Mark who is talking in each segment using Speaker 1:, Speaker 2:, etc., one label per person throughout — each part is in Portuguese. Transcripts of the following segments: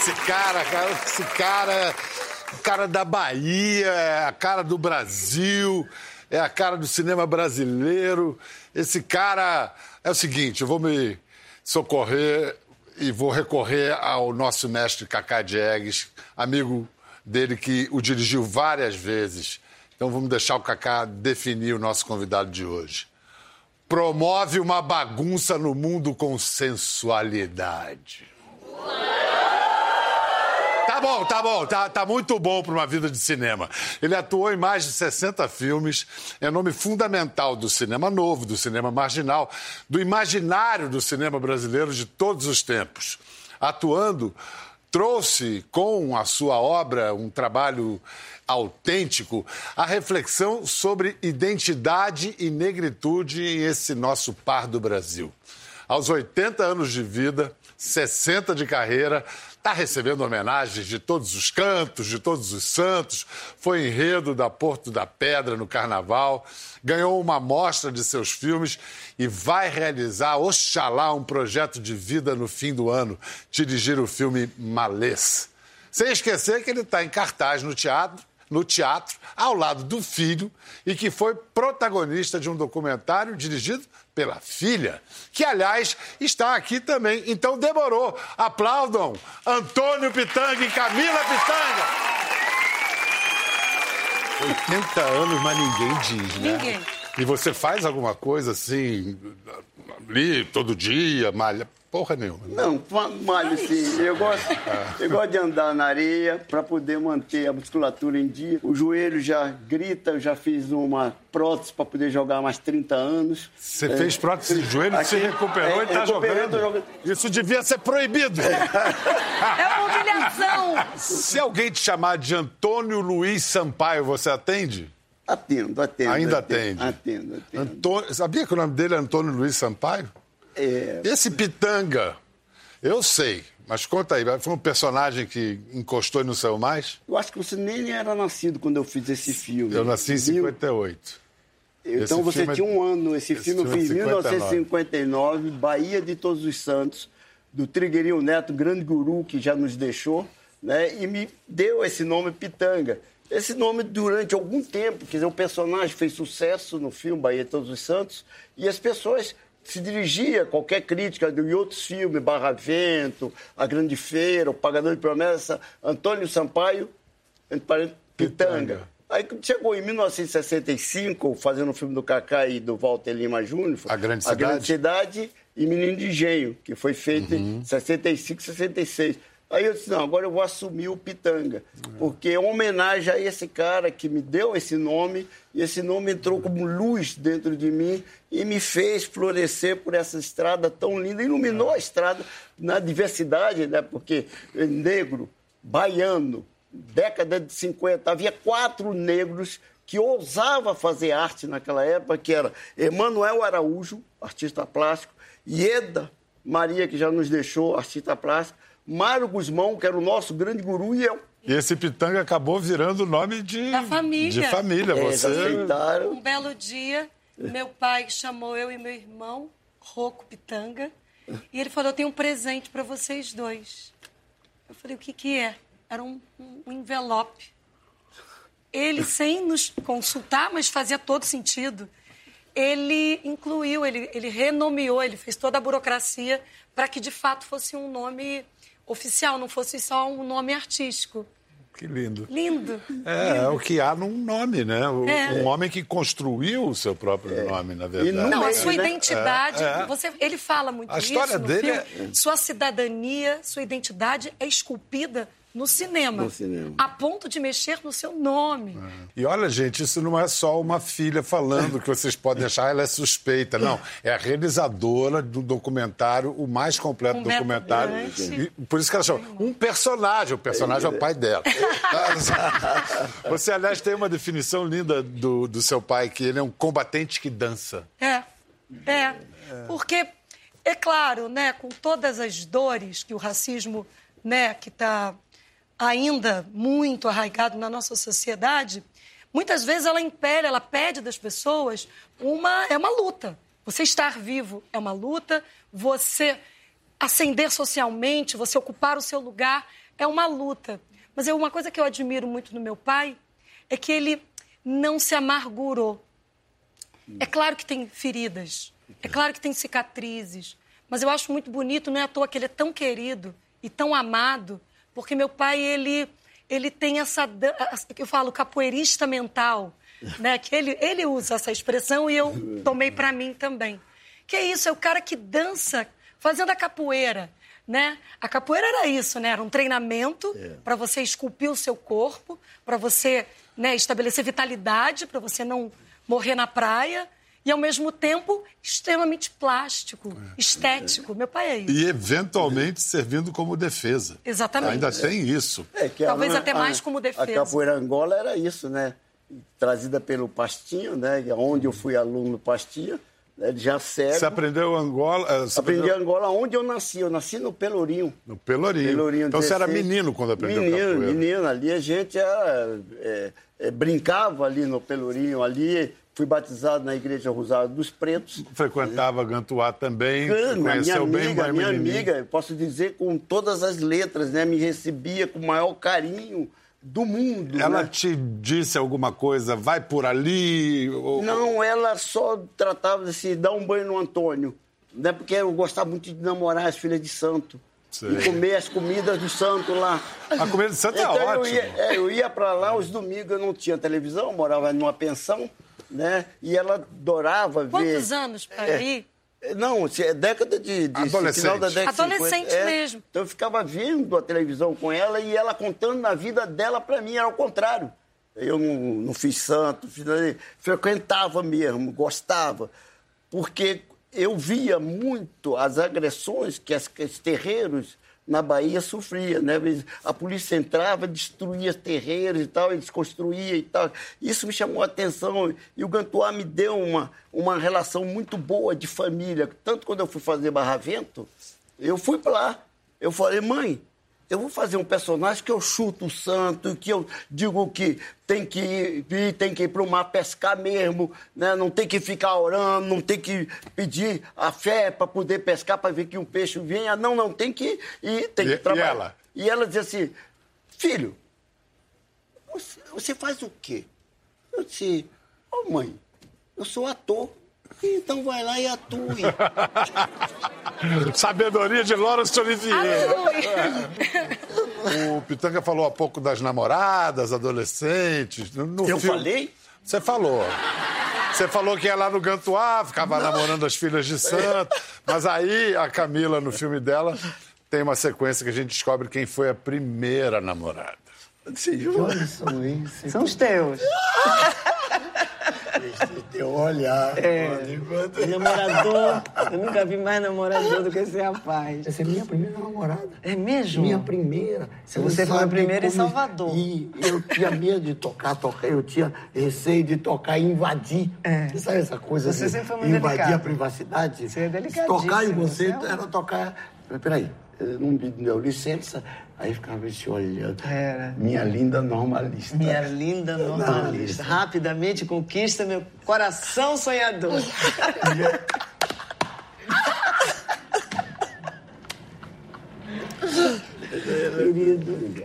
Speaker 1: o cara da Bahia, é a cara do Brasil, é a cara do cinema brasileiro. Esse cara... É o seguinte, eu vou me socorrer e vou recorrer ao nosso mestre Cacá Diegues, amigo dele que o dirigiu várias vezes. Então vamos deixar o Cacá definir o nosso convidado de hoje. Promove uma bagunça no mundo com sensualidade. Tá muito bom para uma vida de cinema. Ele atuou em mais de 60 filmes, é nome fundamental do cinema novo, do cinema marginal, do imaginário do cinema brasileiro de todos os tempos. Atuando, trouxe com a sua obra um trabalho autêntico, a reflexão sobre identidade e negritude em esse nosso par do Brasil. Aos 80 anos de vida, 60 de carreira, está recebendo homenagens de todos os cantos, de todos os santos, foi enredo da Porto da Pedra no Carnaval, ganhou uma amostra de seus filmes e vai realizar, oxalá, um projeto de vida no fim do ano, dirigir o filme Malês. Sem esquecer que ele está em cartaz no teatro, ao lado do filho, e que foi protagonista de um documentário dirigido pela filha, que, aliás, está aqui também. Então, demorou. Aplaudam Antônio Pitanga e Camila Pitanga. 80 anos, mas ninguém diz, né?
Speaker 2: Ninguém.
Speaker 1: E você faz alguma coisa assim, ali, todo dia, malha? Porra nenhuma.
Speaker 3: Não, malho sim. Eu gosto de andar na areia para poder manter a musculatura em dia. O joelho já grita, eu já fiz uma prótese para poder jogar mais 30 anos.
Speaker 1: Você fez prótese de joelho, se recuperou e está jogando. Isso devia ser proibido.
Speaker 2: É uma humilhação.
Speaker 1: Se alguém te chamar de Antônio Luiz Sampaio, você atende?
Speaker 3: Atendo.
Speaker 1: Ainda atende?
Speaker 3: Atendo.
Speaker 1: Sabia que o nome dele é Antônio Luiz Sampaio? Esse Pitanga, eu sei, mas conta aí, foi um personagem que encostou e não saiu mais?
Speaker 3: Eu acho que você nem era nascido quando eu fiz esse filme.
Speaker 1: Eu nasci em 58.
Speaker 3: Então você tinha um ano. Esse filme eu fiz em 1959, Bahia de Todos os Santos, do Trigueirinho Neto, grande guru que já nos deixou, né? E me deu esse nome Pitanga. Esse nome, durante algum tempo, quer dizer, o personagem fez sucesso no filme Bahia de Todos os Santos e as pessoas se dirigia a qualquer crítica de outros filmes, Barra Vento, A Grande Feira, O Pagador de Promessa, Antônio Sampaio, Pitanga. Aí chegou em 1965, fazendo o filme do Cacá e do Walter Lima Júnior,
Speaker 1: A Grande
Speaker 3: Cidade e Menino de Engenho, que foi feito em 65, 66. Aí eu disse, não, agora eu vou assumir o Pitanga, porque é uma homenagem a esse cara que me deu esse nome, e esse nome entrou como luz dentro de mim e me fez florescer por essa estrada tão linda, iluminou a estrada na diversidade, né? Porque negro, baiano, década de 50, havia 4 negros que ousavam fazer arte naquela época, que era Emanuel Araújo, artista plástico, Ieda Maria, que já nos deixou, artista plástico, Mário Guzmão, que era o nosso grande guru, e eu.
Speaker 1: E esse Pitanga acabou virando o nome
Speaker 2: da família.
Speaker 1: De família. Você
Speaker 3: aceitaram.
Speaker 2: Um belo dia, meu pai chamou eu e meu irmão, Rocco Pitanga, e ele falou, eu tenho um presente para vocês dois. Eu falei, o que é? Era um envelope. Ele, sem nos consultar, mas fazia todo sentido, ele incluiu, ele renomeou, ele fez toda a burocracia para que, de fato, fosse um nome oficial, não fosse só um nome artístico.
Speaker 1: Que lindo.
Speaker 2: Lindo.
Speaker 1: É o que há num nome, né? Um homem que construiu o seu próprio nome, na verdade.
Speaker 2: Não, a sua identidade, ele fala muito
Speaker 1: a
Speaker 2: isso
Speaker 1: história
Speaker 2: no
Speaker 1: dele
Speaker 2: filme. Sua cidadania, sua identidade é esculpida no cinema. A ponto de mexer no seu nome.
Speaker 1: E olha, gente, isso não é só uma filha falando que vocês podem achar ela é suspeita. Não, é a realizadora do documentário, o mais completo documentário. E por isso que ela chama um personagem. O personagem é o pai dela. Você, aliás, tem uma definição linda do seu pai, que ele é um combatente que dança.
Speaker 2: Porque, é claro, né, com todas as dores que o racismo, né, que está ainda muito arraigado na nossa sociedade, muitas vezes ela impele, ela pede das pessoas uma luta. Você estar vivo é uma luta, você ascender socialmente, você ocupar o seu lugar é uma luta. Mas uma coisa que eu admiro muito no meu pai é que ele não se amargurou. É claro que tem feridas, é claro que tem cicatrizes, mas eu acho muito bonito, não é à toa que ele é tão querido e tão amado, porque meu pai, ele tem essa, eu falo, capoeirista mental, né? Que ele usa essa expressão e eu tomei para mim também. Que é isso, é o cara que dança fazendo a capoeira, né? A capoeira era isso, né? Era um treinamento para você esculpir o seu corpo, para você, né, estabelecer vitalidade, para você não morrer na praia. E, ao mesmo tempo, extremamente plástico, estético. Meu pai é isso.
Speaker 1: E, eventualmente, servindo como defesa.
Speaker 2: Exatamente.
Speaker 1: Ainda tem isso.
Speaker 2: Talvez até mais como defesa.
Speaker 3: A capoeira Angola era isso, né? Trazida pelo Pastinho, né? Onde eu fui aluno do Pastinho, né? Já cego.
Speaker 1: Você aprendeu Angola?
Speaker 3: Aprendi Angola onde eu nasci. Eu nasci no Pelourinho.
Speaker 1: No Pelourinho. Então 16. Você era menino quando aprendeu capoeira?
Speaker 3: Menino. Ali a gente brincava ali no Pelourinho. Ali fui batizado na Igreja Rosário dos Pretos.
Speaker 1: Frequentava Gantuá também. Conheceu bem o
Speaker 3: minha amiga, posso dizer com todas as letras, né? Me recebia com o maior carinho do mundo.
Speaker 1: Ela,
Speaker 3: né?
Speaker 1: te disse alguma coisa, vai por ali?
Speaker 3: Não, ela só tratava de se dar um banho no Antônio. Né? Porque eu gostava muito de namorar as filhas de santo. Sei. E comer as comidas do santo lá.
Speaker 1: A comida do santo então, é ótimo.
Speaker 3: Eu ia para lá os domingos, eu não tinha televisão, eu morava numa pensão, né? E ela adorava ver...
Speaker 2: Quantos anos para ir?
Speaker 3: Não, é década de final da década de 50.
Speaker 2: Adolescente mesmo.
Speaker 3: Então eu ficava vendo a televisão com ela e ela contando na vida dela para mim, era ao contrário. Eu não fiz santo, frequentava mesmo, gostava. Porque eu via muito as agressões que os terreiros na Bahia sofriam, né? A polícia entrava, destruía os terreiros e tal, eles construíam e tal. Isso me chamou a atenção e o Gantuá me deu uma relação muito boa de família. Tanto quando eu fui fazer Barravento, eu fui para lá. Eu falei, mãe, eu vou fazer um personagem que eu chuto o santo, que eu digo que tem que ir para o mar pescar mesmo, né? Não tem que ficar orando, não tem que pedir a fé para poder pescar, para ver que um peixe venha. Não, tem que ir, tem que trabalhar. E ela dizia assim, filho, você faz o quê? Eu disse, mãe, eu sou ator. Então vai lá e atue.
Speaker 1: Sabedoria de Laurence Olivier. O Pitanga falou há pouco das namoradas, adolescentes.
Speaker 3: Eu falei?
Speaker 1: Você falou. Você falou que ia lá no Gantuá, ficava namorando as filhas de santo. Mas aí a Camila, no filme dela, tem uma sequência que a gente descobre quem foi a primeira namorada.
Speaker 4: São os teus.
Speaker 3: Teu olhar.
Speaker 4: Namorador. Eu nunca vi mais namorador do que esse rapaz.
Speaker 5: Essa é minha primeira namorada.
Speaker 4: É mesmo?
Speaker 5: Minha primeira.
Speaker 4: Você foi a primeira em Salvador.
Speaker 5: E eu tinha medo de tocar. Eu tinha receio de tocar e invadir. Você sabe essa coisa?
Speaker 4: Você sempre foi muito
Speaker 5: invadir
Speaker 4: delicado.
Speaker 5: A privacidade.
Speaker 4: Você é delicadíssimo.
Speaker 5: Tocar em você era tocar... Peraí, não me deu licença. Aí ficava se olhando.
Speaker 4: Era.
Speaker 5: Minha linda normalista.
Speaker 4: Minha linda normalista. Rapidamente conquista meu coração sonhador.
Speaker 5: Querido.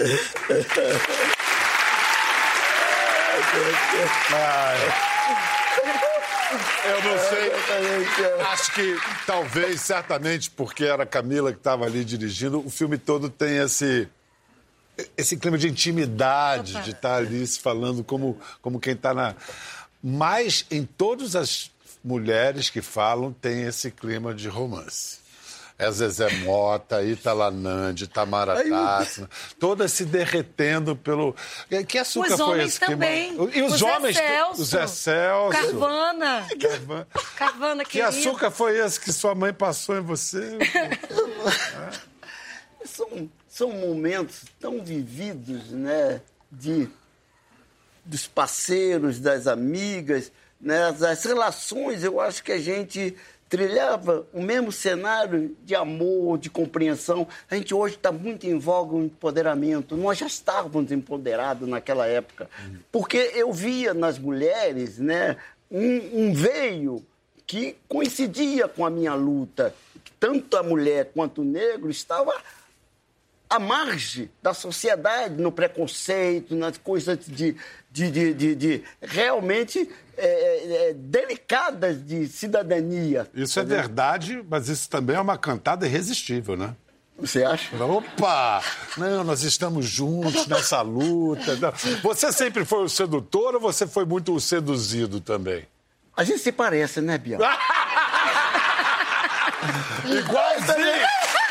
Speaker 1: Eu não sei, acho que talvez, certamente, porque era a Camila que estava ali dirigindo, o filme todo tem esse clima de intimidade, de estar ali se falando como quem está na... Mas em todas as mulheres que falam tem esse clima de romance. É Zezé Mota, Italanandi, Tamara Tassina, todas se derretendo pelo... Que açúcar
Speaker 2: os
Speaker 1: foi esse?
Speaker 2: Também.
Speaker 1: E os homens também. O Zé Celso.
Speaker 2: Carvana,
Speaker 1: que açúcar foi esse que sua mãe passou em você?
Speaker 3: São momentos tão vividos, né? Dos parceiros, das amigas, né? Das relações. Eu acho que a gente trilhava o mesmo cenário de amor, de compreensão. A gente hoje está muito em voga o empoderamento. Nós já estávamos empoderados naquela época. Porque eu via nas mulheres, né, um veio que coincidia com a minha luta. Tanto a mulher quanto o negro estava à margem da sociedade, no preconceito, nas coisas de realmente delicadas de cidadania.
Speaker 1: Isso é verdade, mas isso também é uma cantada irresistível, né?
Speaker 3: Você acha?
Speaker 1: Opa! Não, nós estamos juntos nessa luta. Não. Você sempre foi o sedutor ou você foi muito o seduzido também?
Speaker 3: A gente se parece, né, Biel?
Speaker 1: Igualzinho!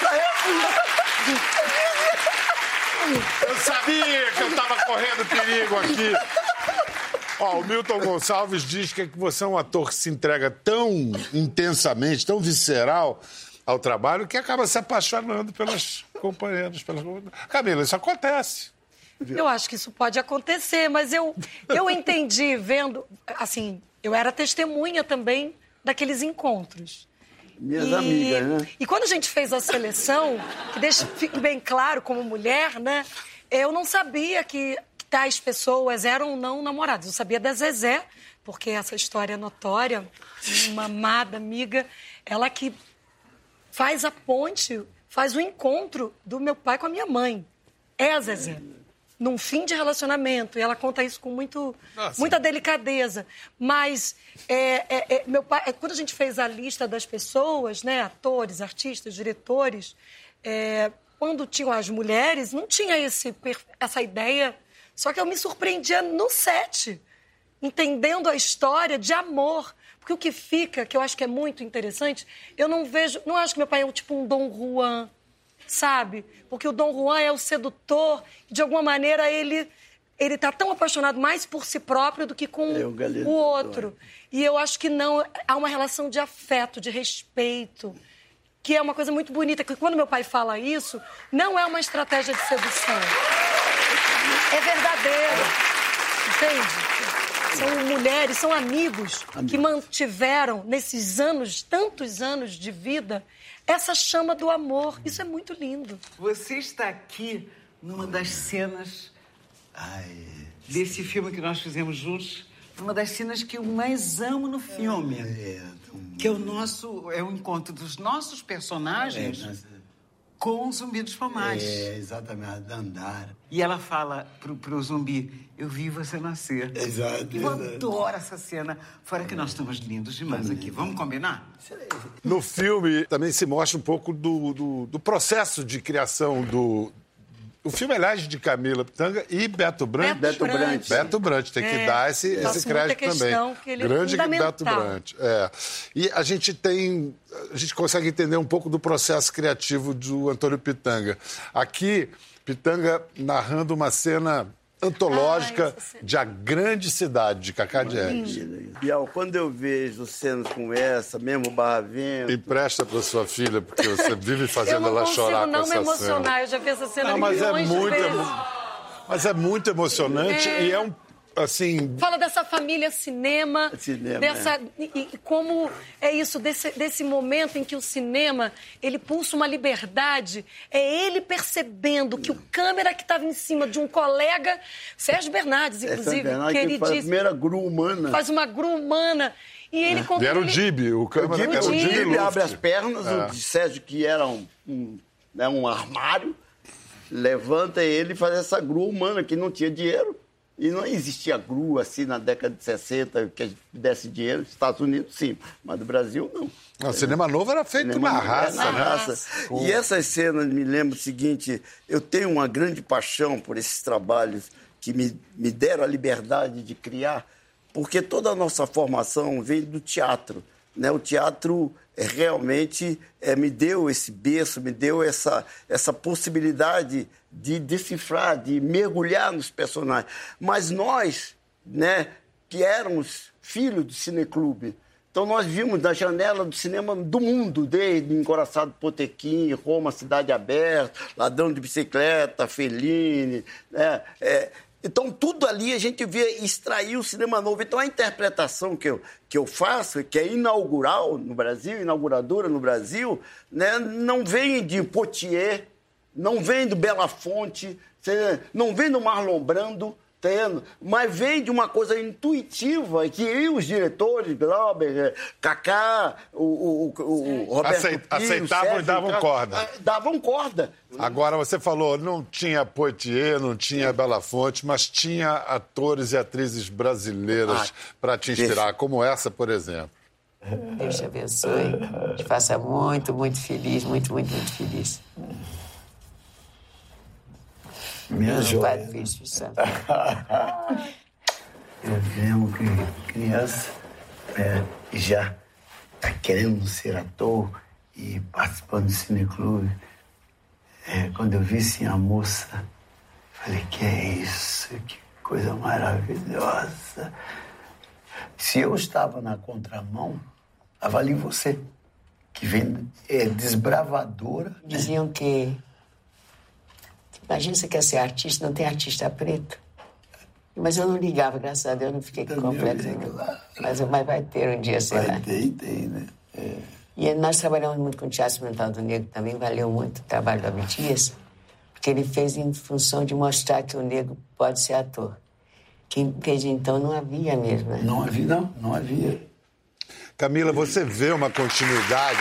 Speaker 1: Eu sabia que eu estava correndo perigo aqui. Ó, o Milton Gonçalves diz que você é um ator que se entrega tão intensamente, tão visceral ao trabalho, que acaba se apaixonando pelas companheiras. Camila, isso acontece.
Speaker 2: Eu acho que isso pode acontecer, mas eu entendi vendo... Assim, eu era testemunha também daqueles encontros.
Speaker 3: Minhas amigas, né?
Speaker 2: E quando a gente fez a seleção, que fique bem claro como mulher, né? Eu não sabia que tais pessoas eram ou não namoradas. Eu sabia da Zezé, porque essa história notória, uma amada amiga, ela que faz a ponte, faz o encontro do meu pai com a minha mãe. É a Zezé. Num fim de relacionamento. E ela conta isso com muita delicadeza. Mas meu pai, quando a gente fez a lista das pessoas, né, atores, artistas, diretores, quando tinham as mulheres, não tinha essa ideia. Só que eu me surpreendia no set, entendendo a história de amor. Porque o que fica, que eu acho que é muito interessante, eu não acho que meu pai é tipo um Dom Juan, sabe? Porque o Dom Juan é o sedutor, e de alguma maneira ele tá tão apaixonado mais por si próprio do que com o outro. E eu acho que não, há uma relação de afeto, de respeito, que é uma coisa muito bonita, que quando meu pai fala isso, não é uma estratégia de sedução. É verdadeiro, entende? São mulheres, são amigos que mantiveram, nesses anos, tantos anos de vida, essa chama do amor. Isso é muito lindo.
Speaker 6: Você está aqui numa das cenas desse filme que nós fizemos juntos, uma das cenas que eu mais amo no filme. Que é o encontro dos nossos personagens com o Zumbi dos Palmares.
Speaker 5: Exatamente, a Dandara.
Speaker 6: E ela fala pro Zumbi, eu vi você nascer.
Speaker 5: Exato.
Speaker 6: Eu adoro essa cena. Fora que nós estamos lindos demais aqui. Vamos combinar?
Speaker 1: No filme também se mostra um pouco do processo de criação do... O filme, aliás, de Camila Pitanga e Beto Brant. Beto Brant, tem que dar esse crédito também.
Speaker 2: Que ele
Speaker 1: grande
Speaker 2: é
Speaker 1: Beto Brant. E a gente consegue entender um pouco do processo criativo do Antônio Pitanga. Aqui, Pitanga narrando uma cena antológica de A Grande Cidade, de Cacá Diegues.
Speaker 3: Bial, quando eu vejo cenas como essa, mesmo Barravento...
Speaker 1: Empresta para sua filha, porque você vive fazendo ela chorar com essa cena.
Speaker 2: Eu não consigo não me emocionar, eu já vi essa cena
Speaker 1: milhões
Speaker 2: de vezes.
Speaker 1: Mas é muito emocionante e é um... Assim...
Speaker 2: Fala dessa família cinema e como é isso, desse momento em que o cinema, ele pulsa uma liberdade, é ele percebendo que o câmera que estava em cima de um colega, Sérgio Bernardes, inclusive, que ele
Speaker 3: faz
Speaker 2: diz...
Speaker 3: a primeira grua humana.
Speaker 2: Faz uma grua humana. E ele conta...
Speaker 1: Era o Dib, o câmera era o Dib.
Speaker 3: Abre as pernas, o Sérgio, que era um armário, levanta ele e faz essa grua humana, que não tinha dinheiro. E não existia grua assim na década de 60 que a gente desse dinheiro. Nos Estados Unidos, sim, mas no Brasil, não.
Speaker 1: O Cinema Novo era feito na raça, né?
Speaker 3: E essas cenas me lembram o seguinte: eu tenho uma grande paixão por esses trabalhos que me deram a liberdade de criar, porque toda a nossa formação vem do teatro, né? O teatro realmente me deu esse berço, me deu essa possibilidade de decifrar, de mergulhar nos personagens. Mas nós, né, que éramos filhos do cineclube, então nós vimos da janela do cinema do mundo, desde Encoraçado Potequim, Roma, Cidade Aberta, Ladrão de Bicicleta, Fellini, né? Então, tudo ali a gente vê extrair o cinema novo. Então, a interpretação que eu faço, que é inaugural no Brasil, inauguradora no Brasil, né, não vem de Potier, não vem do Belafonte, não vem do Marlon Brando, Mas vem de uma coisa intuitiva que os diretores, Glauber, Kaká, o Roberto
Speaker 1: aceitavam e davam corda.
Speaker 3: Davam corda.
Speaker 1: Agora, você falou, não tinha Poitier, não tinha Belafonte, mas tinha atores e atrizes brasileiras para te inspirar, como essa, por exemplo.
Speaker 7: Deus te abençoe. Te faça muito, muito feliz, muito, muito, muito feliz.
Speaker 5: Minha
Speaker 7: Pai
Speaker 5: joia.
Speaker 7: do Filho e do Espírito Santo.
Speaker 5: Eu lembro que criança já está querendo ser ator e participando do cineclube. Quando eu vi assim, a moça, falei, que é isso? Que coisa maravilhosa. Se eu estava na contramão, avalie você, que vem desbravadora.
Speaker 7: Diziam que... Imagina, você quer ser artista, não tem artista preto. Mas eu não ligava, graças a Deus, não fiquei com complexo. Mas vai ter um dia, será?
Speaker 5: Tem, né?
Speaker 7: E nós trabalhamos muito com o Teatro Experimental do Negro também, valeu muito o trabalho do Abdias, porque ele fez em função de mostrar que o negro pode ser ator. Que desde então não havia mesmo, né?
Speaker 5: Não havia.
Speaker 1: Camila, você vê uma continuidade...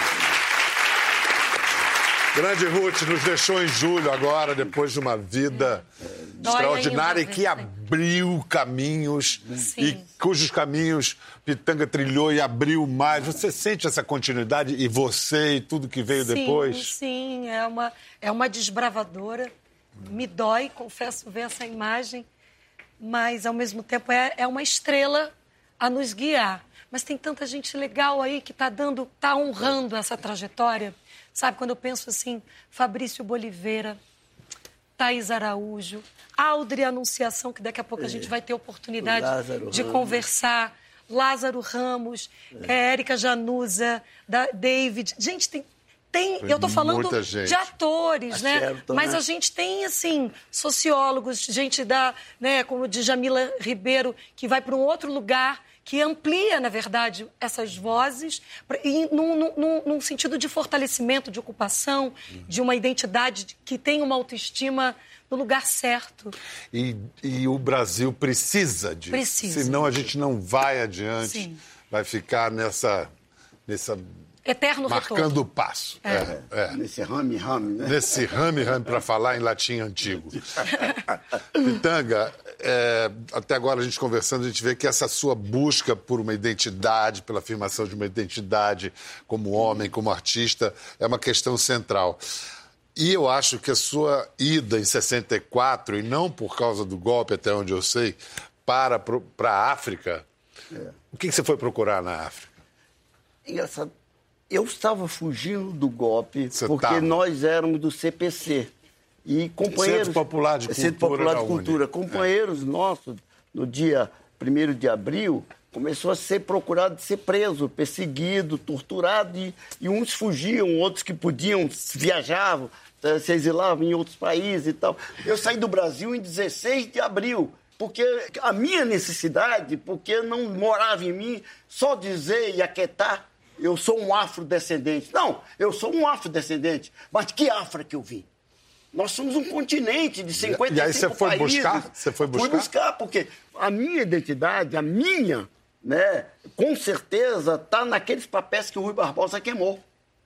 Speaker 1: Grande Ruth nos deixou em julho agora, depois de uma vida extraordinária e que abriu caminhos, e cujos caminhos Pitanga trilhou e abriu mais. Você sente essa continuidade e você e tudo que veio depois?
Speaker 2: Sim, é uma desbravadora. Me dói, confesso, ver essa imagem, mas ao mesmo tempo é uma estrela a nos guiar. Mas tem tanta gente legal aí que tá honrando essa trajetória. Sabe, quando eu penso assim, Fabrício Boliveira, Thaís Araújo, Audrey Anunciação, que daqui a pouco a gente vai ter oportunidade de conversar, Lázaro Ramos, Érica Januza, David. Gente, eu estou falando de atores, né? Sherton, mas a gente tem, assim, sociólogos, gente como de Jamila Ribeiro, que vai para um outro lugar, que amplia, na verdade, essas vozes e num sentido de fortalecimento, de ocupação, de uma identidade que tem uma autoestima no lugar certo.
Speaker 1: E o Brasil precisa disso.
Speaker 2: Precisa.
Speaker 1: Senão a gente não vai adiante, Sim. Vai ficar nessa
Speaker 2: eterno
Speaker 1: marcando o passo.
Speaker 3: Nesse rame-rame, né?
Speaker 1: Nesse rame-rame, para falar em latim antigo. Pitanga, até agora a gente conversando, a gente vê que essa sua busca por uma identidade, pela afirmação de uma identidade como homem, como artista, é uma questão central. E eu acho que a sua ida em 64, e não por causa do golpe, até onde eu sei, para a África, o que você foi procurar na África?
Speaker 3: Engraçado. Eu estava fugindo do golpe porque nós éramos do CPC. E companheiros...
Speaker 1: Centro Popular de Cultura.
Speaker 3: Companheiros nossos, no dia 1º de abril, começou a ser procurado de ser preso, perseguido, torturado. E uns fugiam, outros que podiam, viajavam, se exilavam em outros países e tal. Eu saí do Brasil em 16 de abril. Porque a minha necessidade, porque não morava em mim só dizer e aquietar, eu sou um afrodescendente. Não, eu sou um afrodescendente. Mas que África que eu vim? Nós somos um continente de 55 países.
Speaker 1: E aí você foi buscar?
Speaker 3: Fui buscar, porque a minha identidade, né, com certeza, está naqueles papéis que o Rui Barbosa queimou.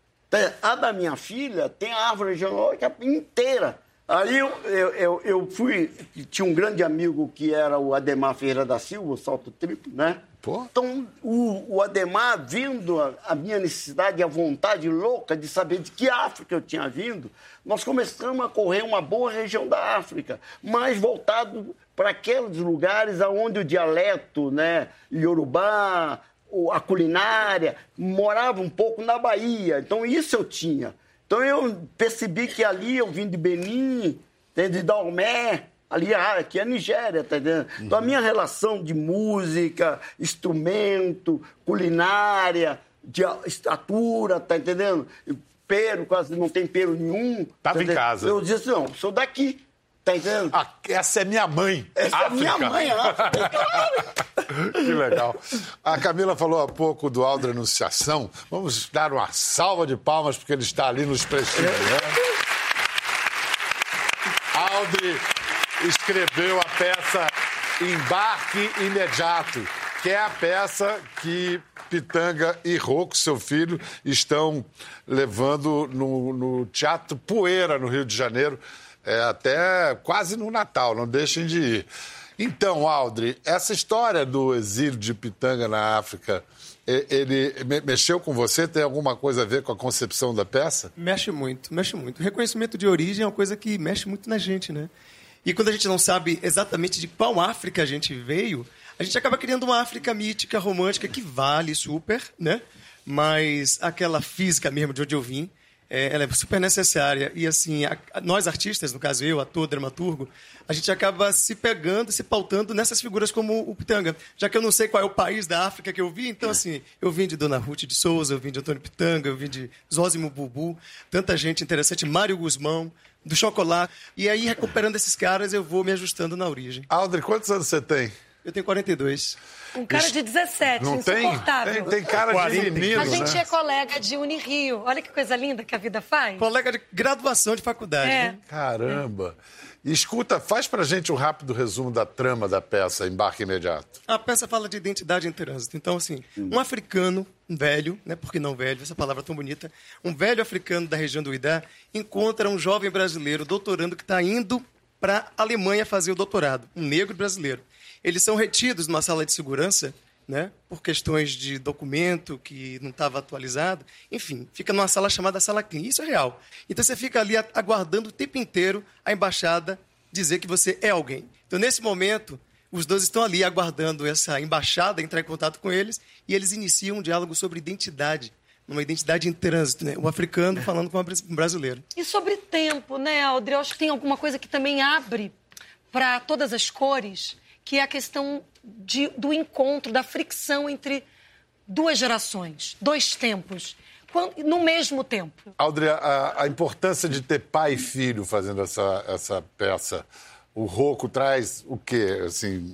Speaker 3: A da minha filha tem a árvore genealógica inteira. Aí eu fui... Tinha um grande amigo que era o Ademar Ferreira da Silva, o Salto Triplo, né? Pô. Então, o Ademar, vendo a minha necessidade e a vontade louca de saber de que África eu tinha vindo, nós começamos a correr uma boa região da África, mais voltado para aqueles lugares onde o dialeto, né, Iorubá, a culinária, morava um pouco na Bahia. Então, isso eu tinha. Então, eu percebi que ali eu vim de Benin, de Daomé, ali aqui é a Nigéria, tá entendendo? Então, a minha relação de música, instrumento, culinária, de estatura, tá entendendo? Pero, quase não tem pero nenhum.
Speaker 1: Estava em casa.
Speaker 3: Eu disse, não, sou daqui, tá entendendo?
Speaker 1: Essa é minha mãe,
Speaker 3: Essa
Speaker 1: África.
Speaker 3: é minha mãe, África.
Speaker 1: Que legal. A Camila falou há pouco do Audrey Anunciação. Vamos dar uma salva de palmas, porque ele está ali nos prestigiando. Audrey escreveu a peça Embarque Imediato, que é a peça que Pitanga e Rocco, seu filho, estão levando no Teatro Poeira, no Rio de Janeiro, até quase no Natal, não deixem de ir. Então, Audrey, essa história do exílio de Pitanga na África, ele mexeu com você? Tem alguma coisa a ver com a concepção da peça?
Speaker 8: Mexe muito, mexe muito. O reconhecimento de origem é uma coisa que mexe muito na gente, né? E quando a gente não sabe exatamente de qual África a gente veio, a gente acaba criando uma África mítica, romântica, que vale super, né? Mas aquela física mesmo de onde eu vim, ela é super necessária. E, assim, nós artistas, no caso eu, ator, dramaturgo, a gente acaba se pegando, se pautando nessas figuras como o Pitanga. Já que eu não sei qual é o país da África que eu vim, então, assim, eu vim de Dona Ruth de Souza, eu vim de Antônio Pitanga, eu vim de Zósimo Bubu, tanta gente interessante, Mário Guzmão, do Chocolate. E aí, recuperando esses caras, eu vou me ajustando na origem.
Speaker 1: Audrey, quantos anos você tem?
Speaker 8: Eu tenho 42.
Speaker 2: Um cara de 17,
Speaker 1: não
Speaker 2: insuportável.
Speaker 1: Tem cara de menino,
Speaker 2: A gente
Speaker 1: né?
Speaker 2: é colega de Unirio. Olha que coisa linda que a vida faz.
Speaker 8: Colega de graduação de faculdade, né?
Speaker 1: Caramba. Escuta, faz pra gente um rápido resumo da trama da peça Embarque Imediato.
Speaker 8: A peça fala de identidade em trânsito. Então, assim, um africano, um velho, né? Por que não velho? Essa palavra tão bonita. Um velho africano da região do Idá encontra um jovem brasileiro doutorando que está indo para a Alemanha fazer o doutorado. Um negro brasileiro. Eles são retidos numa sala de segurança, né? Por questões de documento que não estava atualizado. Enfim, fica numa sala chamada Sala Clean. Isso é real. Então, você fica ali aguardando o tempo inteiro a embaixada dizer que você é alguém. Então, nesse momento, os dois estão ali aguardando essa embaixada entrar em contato com eles e eles iniciam um diálogo sobre identidade, uma identidade em trânsito, né? Um africano falando com um brasileiro.
Speaker 2: E sobre tempo, né, Audrey? Eu acho que tem alguma coisa que também abre para todas as cores, que é a questão do encontro, da fricção entre duas gerações, dois tempos, no mesmo tempo.
Speaker 1: Audrey, a importância de ter pai e filho fazendo essa peça, o Rocco traz o quê? Assim...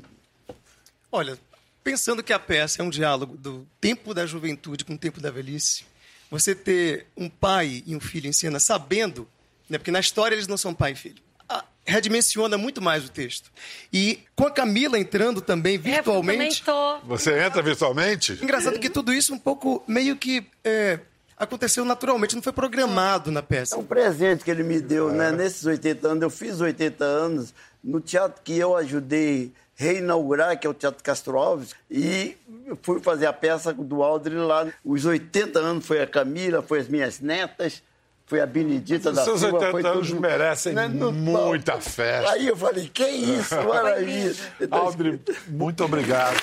Speaker 8: Olha, pensando que a peça é um diálogo do tempo da juventude com o tempo da velhice, você ter um pai e um filho em cena sabendo, né, porque na história eles não são pai e filho, redimensiona muito mais o texto. E com a Camila entrando também virtualmente...
Speaker 2: Eu também tô.
Speaker 1: Você entra virtualmente?
Speaker 8: Engraçado que tudo isso um pouco meio que aconteceu naturalmente, não foi programado na peça.
Speaker 3: É um presente que ele me deu, né? Nesses 80 anos, eu fiz 80 anos no teatro que eu ajudei a reinaugurar, que é o Teatro Castro Alves, e fui fazer a peça do Audrey lá. Os 80 anos foi a Camila, foi as minhas netas, foi a Benedita da Silva.
Speaker 1: Seus 80
Speaker 3: foi
Speaker 1: anos
Speaker 3: tudo,
Speaker 1: merecem muita festa.
Speaker 3: Aí eu falei, que isso, maravilha.
Speaker 1: Audrey, muito obrigado.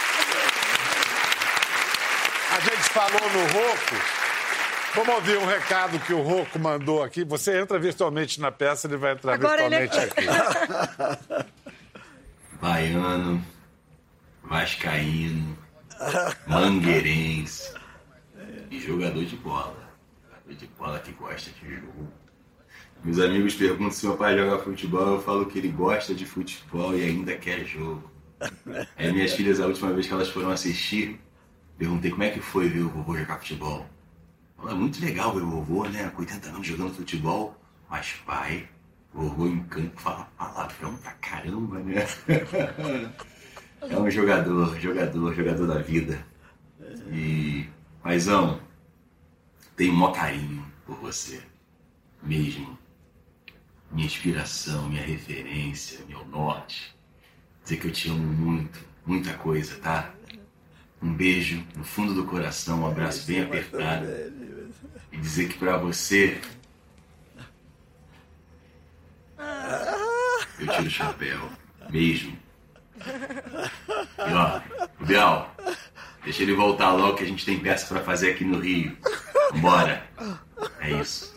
Speaker 1: A gente falou no Rocco. Vamos ouvir um recado que o Rocco mandou aqui. Você entra virtualmente na peça, ele vai entrar
Speaker 2: Agora
Speaker 1: virtualmente aqui.
Speaker 9: Baiano, vascaíno, mangueirense e jogador de bola. Jogador de bola que gosta de jogo. Meus amigos perguntam se meu pai joga futebol, eu falo que ele gosta de futebol e ainda quer jogo. Aí minhas filhas, a última vez que elas foram assistir, perguntei como é que foi ver o vovô jogar futebol. É muito legal ver o vovô, né, com 80 anos jogando futebol, mas pai, o vovô em campo fala palavrão pra caramba, né? É um jogador da vida. E, paizão, tenho o maior carinho por você, mesmo. Minha inspiração, minha referência, meu norte. Dizer que eu te amo muito, muita coisa, tá? Um beijo no fundo do coração, um abraço bem apertado. E dizer que pra você... eu tiro o chapéu, mesmo. E ó, Biel, deixa ele voltar logo que a gente tem peça pra fazer aqui no Rio. Bora. É isso.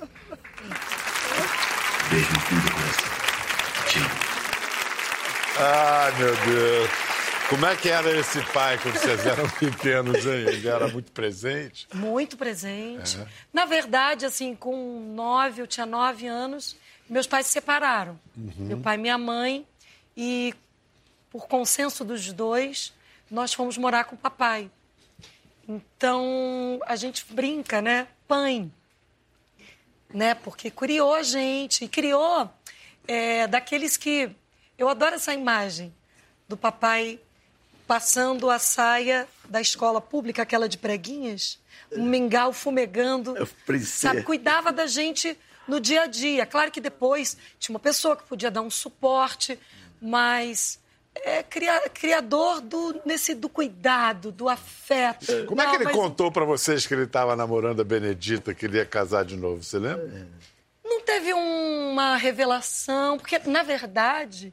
Speaker 9: Beijo no fundo do coração. Tchau.
Speaker 1: Ai, meu Deus. Como é que era esse pai quando vocês eram pequenos, hein? Ele era muito presente?
Speaker 2: Muito presente. Na verdade, assim, eu tinha 9 anos, meus pais se separaram. Meu pai e minha mãe. E, por consenso dos dois, nós fomos morar com o papai. Então, a gente brinca, né? Pai. Né? Porque criou a gente. E criou daqueles que... Eu adoro essa imagem do papai passando a saia da escola pública, aquela de preguinhas, um mingau fumegando, sabe? Cuidava da gente no dia a dia. Claro que depois tinha uma pessoa que podia dar um suporte, mas criador do cuidado, do afeto.
Speaker 1: Como é que ele contou pra vocês que ele estava namorando a Benedita, que ele ia casar de novo? Você lembra?
Speaker 2: Não teve uma revelação, porque, na verdade,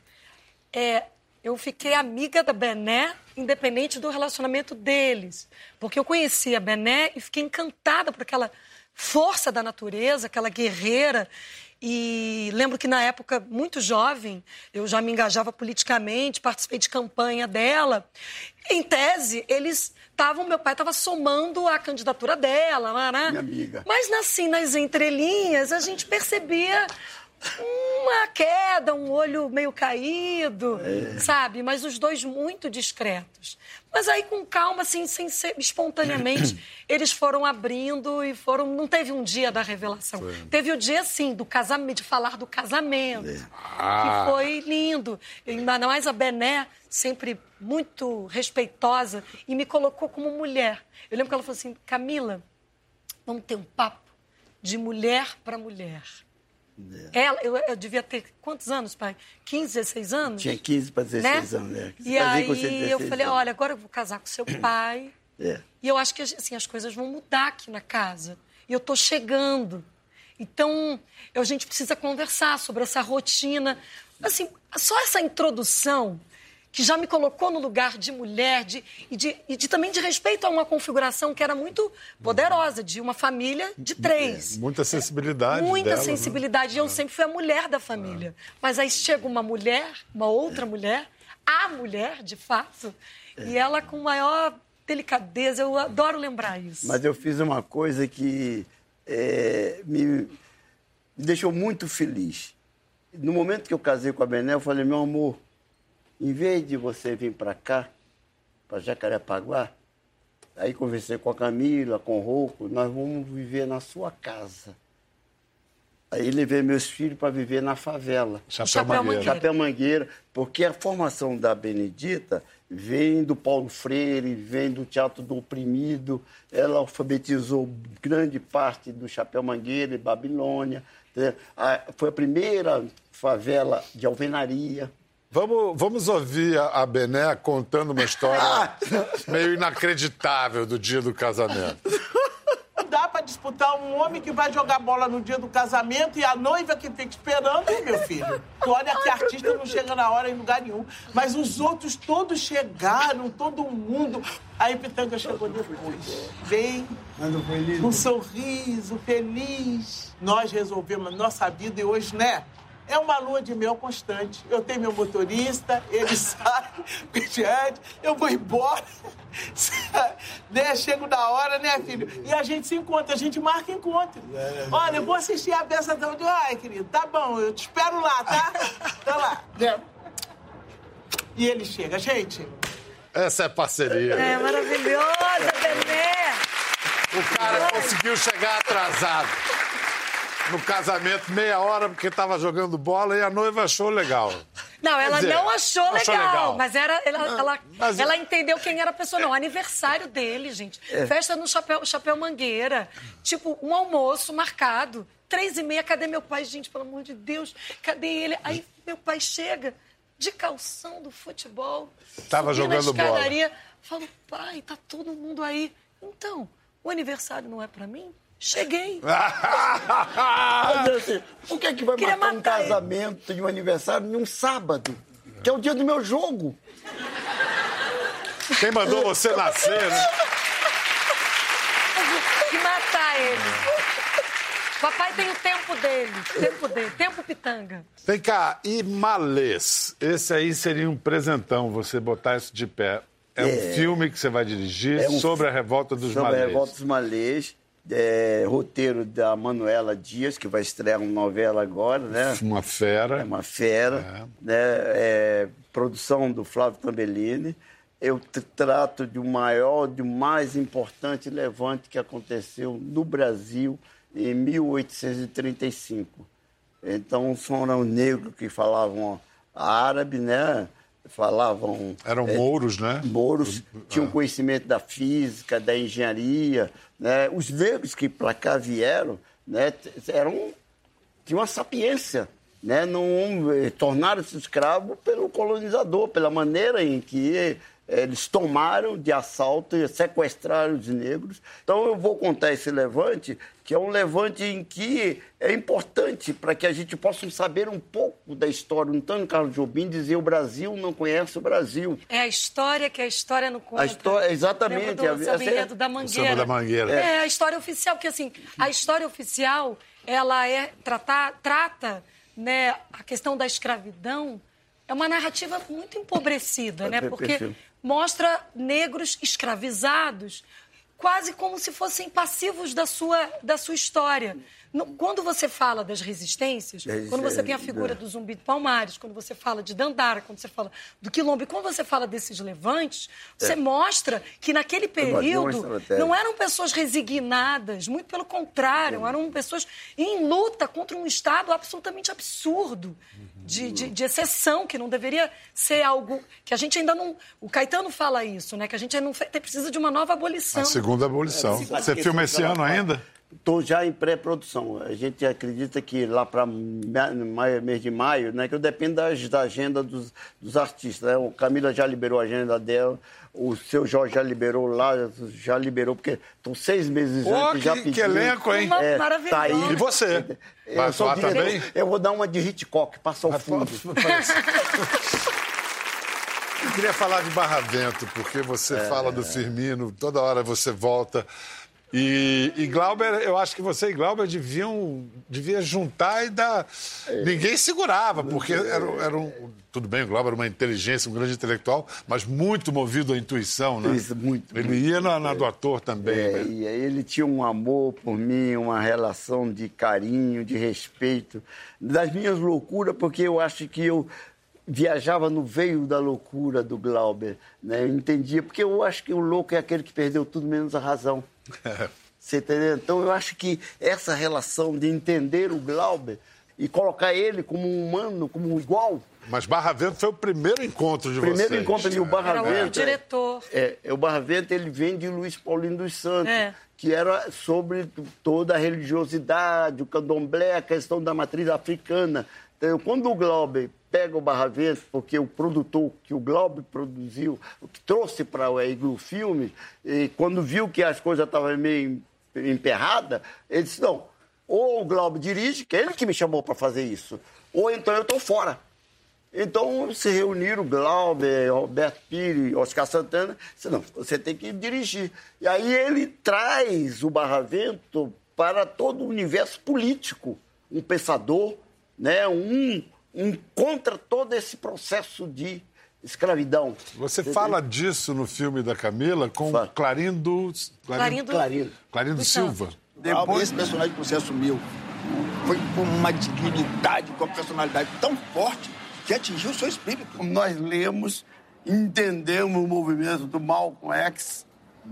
Speaker 2: eu fiquei amiga da Bené, independente do relacionamento deles. Porque eu conheci a Bené e fiquei encantada por aquela força da natureza, aquela guerreira. E lembro que, na época, muito jovem, eu já me engajava politicamente, participei de campanha dela. Em tese, meu pai estava somando a candidatura dela, né?
Speaker 3: Minha amiga.
Speaker 2: Mas, assim, nas entrelinhas, a gente percebia uma queda, um olho meio caído, sabe? Mas os dois muito discretos. Mas aí, com calma, assim, sem ser espontaneamente, eles foram abrindo e foram... Não teve um dia da revelação. Teve o dia, sim, do casamento, de falar do casamento, que foi lindo. Ainda mais a Bené, sempre muito respeitosa, e me colocou como mulher. Eu lembro que ela falou assim, Camila, vamos ter um papo de mulher para mulher. Eu devia ter quantos anos, pai? 15, 16 anos?
Speaker 3: Tinha 15 para 16 anos, né?
Speaker 2: E aí eu falei, olha, agora eu vou casar com seu pai. E eu acho que assim, as coisas vão mudar aqui na casa. E eu estou chegando. Então, a gente precisa conversar sobre essa rotina. Assim, só essa introdução que já me colocou no lugar de mulher e também de respeito a uma configuração que era muito poderosa, de uma família de 3.
Speaker 1: Muita sensibilidade
Speaker 2: Muita
Speaker 1: dela,
Speaker 2: sensibilidade. E eu sempre fui a mulher da família. Mas aí chega uma mulher, uma outra mulher, a mulher, de fato, e ela com maior delicadeza. Eu adoro lembrar isso.
Speaker 3: Mas eu fiz uma coisa que me deixou muito feliz. No momento que eu casei com a Bené, eu falei, meu amor, em vez de você vir para cá, para Jacarepaguá, aí conversei com a Camila, com o Rocco, nós vamos viver na sua casa. Aí levei meus filhos para viver na favela. Chapéu Mangueira, porque a formação da Benedita vem do Paulo Freire, vem do Teatro do Oprimido, ela alfabetizou grande parte do Chapéu Mangueira e Babilônia, foi a primeira favela de alvenaria.
Speaker 1: Vamos ouvir a Bené contando uma história meio inacreditável do dia do casamento.
Speaker 10: Não dá pra disputar um homem que vai jogar bola no dia do casamento e a noiva que fica esperando, hein, meu filho? Tu olha que artista não chega na hora em lugar nenhum. Mas os outros todos chegaram, todo mundo. Aí Pitanga chegou depois. Bem, um sorriso, feliz. Nós resolvemos a nossa vida e hoje, né? É uma lua de mel constante. Eu tenho meu motorista, ele sai, eu vou embora. Né? Chego na hora, né, filho? E a gente se encontra, a gente marca encontro. Olha, eu vou assistir a peça da... Ai, querido, tá bom, eu te espero lá, tá? Tá lá. E ele chega, gente.
Speaker 1: Essa é parceria.
Speaker 2: É maravilhosa, Bené.
Speaker 1: O cara conseguiu chegar atrasado no casamento, meia hora, porque estava jogando bola e a noiva achou legal.
Speaker 2: Não, ela não achou legal, mas ela entendeu quem era a pessoa. Não, aniversário dele, gente. Festa no Chapéu Mangueira. Tipo, um almoço marcado. 3h30, cadê meu pai? Gente, pelo amor de Deus, cadê ele? Aí meu pai chega de calção do futebol.
Speaker 1: Tava jogando bola.
Speaker 2: Falo, pai, tá todo mundo aí. Então, o aniversário não é pra mim? Cheguei.
Speaker 3: Mas, assim, por que vai marcar um casamento e um aniversário num sábado? Que é o dia do meu jogo.
Speaker 1: Quem mandou você nascer, né?
Speaker 2: E matar ele. Papai tem o tempo dele. Tempo Pitanga.
Speaker 1: Vem cá, e Malês? Esse aí seria um presentão, você botar isso de pé. É um filme que você vai dirigir sobre a Revolta dos Malês.
Speaker 3: Sobre a Revolta dos Malês. Roteiro da Manuela Dias, que vai estrear uma novela agora, né?
Speaker 1: Uma fera.
Speaker 3: É uma fera. Né? Produção do Flávio Tambellini. Eu trato de do mais importante levante que aconteceu no Brasil em 1835. Então, foram negros que falavam árabe, né? falavam...
Speaker 1: Eram mouros, né?
Speaker 3: Mouros, tinham conhecimento da física, da engenharia, né? Os negros que para cá vieram, né, tinham uma sapiência, né? Não tornaram-se escravos pelo colonizador, pela maneira em que eles tomaram de assalto e sequestraram os negros. Então eu vou contar esse levante, que é um levante em que é importante para que a gente possa saber um pouco da história. O Antônio Carlos Jobim dizia: o Brasil não conhece o Brasil.
Speaker 2: É a história que a história não conta.
Speaker 3: A história, exatamente.
Speaker 2: Lembra do samba enredo da Mangueira.
Speaker 1: O samba da Mangueira.
Speaker 2: É a história oficial, porque assim, a história oficial, ela trata, né, a questão da escravidão, é uma narrativa muito empobrecida, né? Porque mostra negros escravizados quase como se fossem passivos da sua história. Quando você fala das resistências, quando você tem a figura do Zumbi de Palmares, quando você fala de Dandara, quando você fala do Quilombo, e quando você fala desses levantes, você mostra que naquele período não eram pessoas resignadas, muito pelo contrário, eram pessoas em luta contra um Estado absolutamente absurdo, de exceção, que não deveria ser algo que a gente ainda não... O Caetano fala isso, né? Que a gente não precisa de uma nova abolição.
Speaker 1: A segunda abolição. Você filma esse ano ainda?
Speaker 3: Estou já em pré-produção. A gente acredita que lá para mês de maio, né, que eu dependo da agenda dos artistas. Né? O Camila já liberou a agenda dela, o seu Jorge já liberou lá, já liberou, porque estão 6 meses antes, já pediu.
Speaker 1: Que elenco, hein?
Speaker 2: Maravilhoso.
Speaker 3: Tá aí.
Speaker 1: E você? Vai atuar também?
Speaker 3: Eu vou dar uma de Hitchcock, passa ao fundo.
Speaker 1: Eu queria falar de Barravento, porque você fala do Firmino, toda hora você volta. E Glauber, eu acho que você e Glauber devia juntar e dar... Ninguém segurava, porque era um... Tudo bem, o Glauber era uma inteligência, um grande intelectual, mas muito movido à intuição, né?
Speaker 3: Isso, muito.
Speaker 1: Ele ia na do ator também. Né?
Speaker 3: E ele tinha um amor por mim, uma relação de carinho, de respeito, das minhas loucuras, porque eu acho que eu viajava no veio da loucura do Glauber, né? Eu entendia, porque eu acho que o louco é aquele que perdeu tudo menos a razão. Você entendeu? Então eu acho que essa relação de entender o Glauber e colocar ele como um humano, como um igual.
Speaker 1: Mas Barravento foi o primeiro encontro de vocês.
Speaker 3: Primeiro encontro de o Barravento.
Speaker 2: Era o diretor.
Speaker 3: O Barravento, ele vem de Luiz Paulino dos Santos, que era sobre toda a religiosidade, o candomblé, a questão da matriz africana. Então, quando o Glauber pega o Barravento, porque o produtor que o Glauber produziu, o que trouxe para o Iglu Filme, e quando viu que as coisas estavam meio emperradas, ele disse: não, ou o Glauber dirige, que é ele que me chamou para fazer isso, ou então eu estou fora. Então se reuniram Glauber, Roberto Pires, Oscar Santana, disse: não, você tem que dirigir. E aí ele traz o Barravento para todo o universo político, um pensador, né, contra todo esse processo de escravidão.
Speaker 1: Você fala disso no filme da Camila com Clarindo Silva.
Speaker 11: Depois, esse personagem que você assumiu foi com uma dignidade, com uma personalidade tão forte que atingiu o seu espírito.
Speaker 3: Nós lemos, entendemos o movimento do Malcolm X,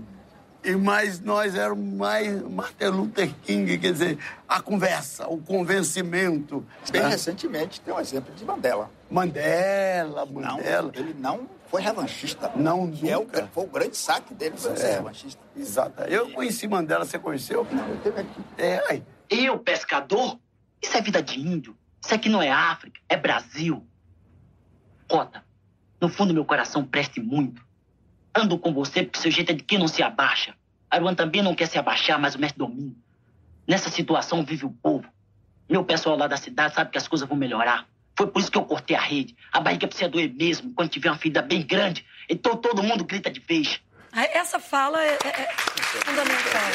Speaker 3: mas nós éramos mais Martin Luther King, quer dizer, a conversa, o convencimento.
Speaker 11: Bem recentemente tem um exemplo de Mandela.
Speaker 3: Mandela.
Speaker 11: Não, ele não foi revanchista.
Speaker 3: Não, nunca.
Speaker 11: Foi o grande saque dele, foi ser revanchista.
Speaker 3: Exato. Eu conheci Mandela, você conheceu?
Speaker 11: Não, eu tenho aqui.
Speaker 12: Eu, pescador? Isso é vida de índio. Isso aqui não é África, é Brasil. Cota, no fundo meu coração preste muito. Ando com você porque seu jeito é de quem não se abaixa. Aruan também não quer se abaixar, mas o mestre domina. Nessa situação vive o povo. Meu pessoal lá da cidade sabe que as coisas vão melhorar. Foi por isso que eu cortei a rede. A barriga precisa doer mesmo quando tiver uma ferida bem grande. Então todo mundo grita de vez.
Speaker 2: Essa fala é fundamental.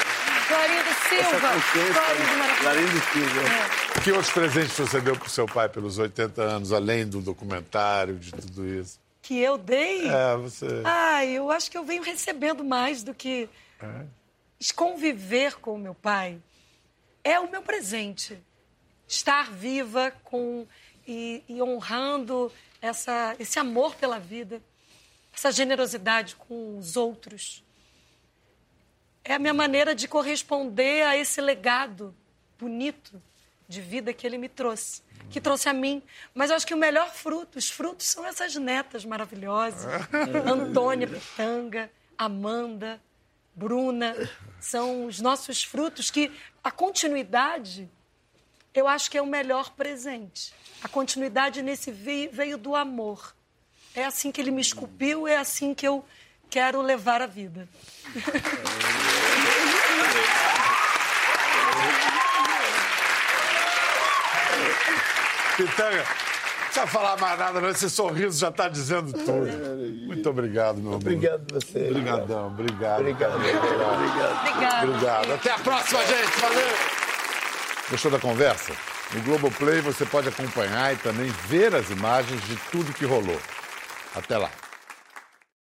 Speaker 3: Clarindo Silva.
Speaker 1: Que outros presentes você deu pro seu pai pelos 80 anos, além do documentário, de tudo isso?
Speaker 2: Que eu dei?
Speaker 1: Você...
Speaker 2: eu acho que eu venho recebendo mais do que... Conviver com o meu pai é o meu presente. Estar viva e honrando esse amor pela vida, essa generosidade com os outros. É a minha maneira de corresponder a esse legado bonito de vida que ele me trouxe, que trouxe a mim. Mas eu acho que o melhor fruto, os frutos são essas netas maravilhosas. Antônia Pitanga, Amanda, Bruna, são os nossos frutos que a continuidade, eu acho que é o melhor presente. A continuidade nesse veio do amor. É assim que ele me esculpiu, é assim que eu quero levar a vida.
Speaker 1: Pitanga, não precisa falar mais nada, não. Esse sorriso já está dizendo tudo. Muito obrigado, meu amor.
Speaker 3: Obrigado a você.
Speaker 1: Obrigadão, obrigado.
Speaker 3: Obrigado.
Speaker 1: Obrigado. Até a próxima, gente. Valeu. Gostou da conversa? No Globoplay você pode acompanhar e também ver as imagens de tudo que rolou. Até lá.